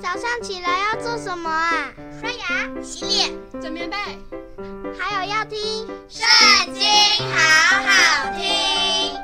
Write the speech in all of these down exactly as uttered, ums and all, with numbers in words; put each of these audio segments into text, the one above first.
早上起来要做什么啊？ 刷牙、洗脸、 整棉被， 还有要听 《圣经》，好好听。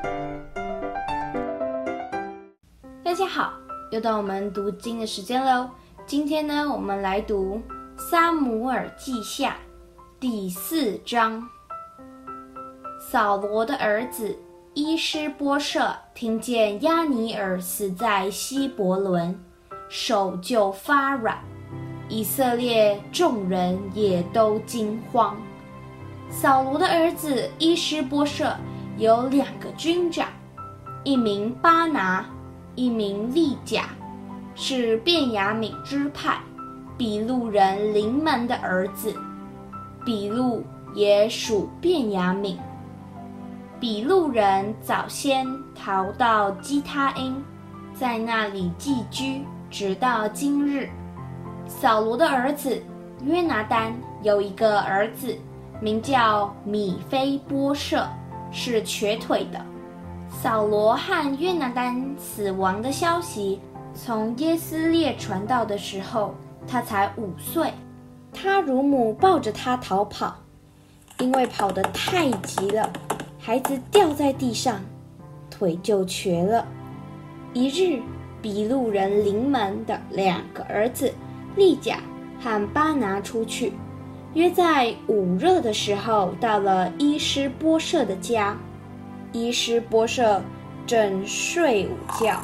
大家好，又到我们读经的时间喽。今天呢，我们来读撒母耳记下第四章。扫罗的儿子伊施波设听见押尼珥死在希伯伦，手就发软，以色列众人也都惊慌。扫罗的儿子伊施波设有两个军长，一名巴拿，一名利甲，是便雅悯支派比路人临门的儿子。比路也属便雅悯。比路人早先逃到基他因，在那里寄居，直到今日。扫罗的儿子约拿单有一个儿子，名叫米非波设，是瘸腿的。扫罗和约拿单死亡的消息从耶斯列传到的时候，他才五岁。他乳母抱着他逃跑，因为跑得太急了，孩子掉在地上，腿就瘸了。一日，比路人临门的两个儿子利甲和巴拿出去，约在午热的时候到了伊施波设的家。伊施波设正睡午觉，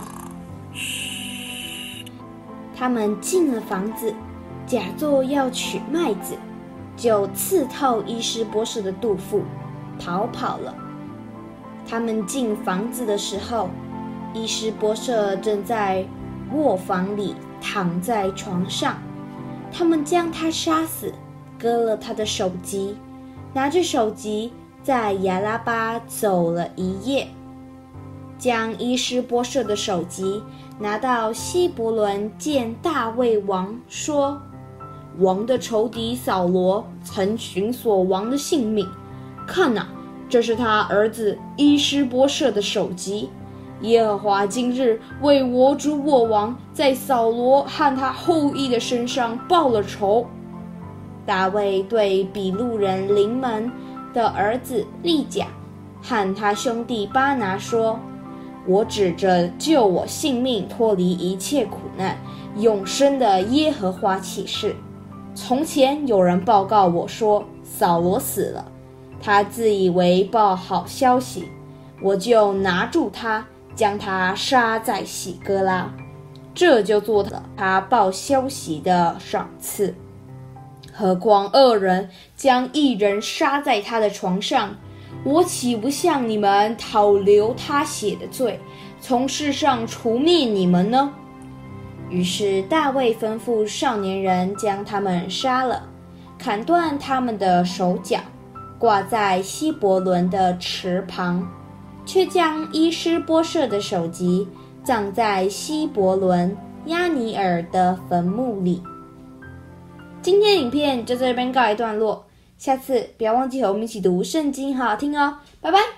他们进了房子，假作要取麦子，就刺透伊施波设的肚腹，逃跑了。他们进房子的时候，伊施波设正在卧房里躺在床上。他们将他杀死，割了他的首级，拿着首级在亚拉巴走了一夜，将伊施波设的首级拿到希伯伦见大卫王，说：王的仇敌扫罗曾寻索王的性命，看哪，这是他儿子伊施波设的首级。耶和华今日为我主我王在扫罗和他后裔的身上报了仇。大卫对比路人临门的儿子利甲和他兄弟巴拿说：我指着救我性命脱离一切苦难永生的耶和华起誓，从前有人报告我说扫罗死了，他自以为报好消息，我就拿住他，将他杀在喜哥拉，这就做了他报消息的赏赐。何况恶人将一人杀在他的床上，我岂不向你们讨流他血的罪，从世上除灭你们呢？于是大卫吩咐少年人将他们杀了，砍断他们的手脚，挂在希伯伦的池旁，却将伊施波设的首级葬在希伯伦押尼珥的坟墓里。今天的影片就在这边告一段落，下次不要忘记和我们一起读圣经，好好听哦，拜拜。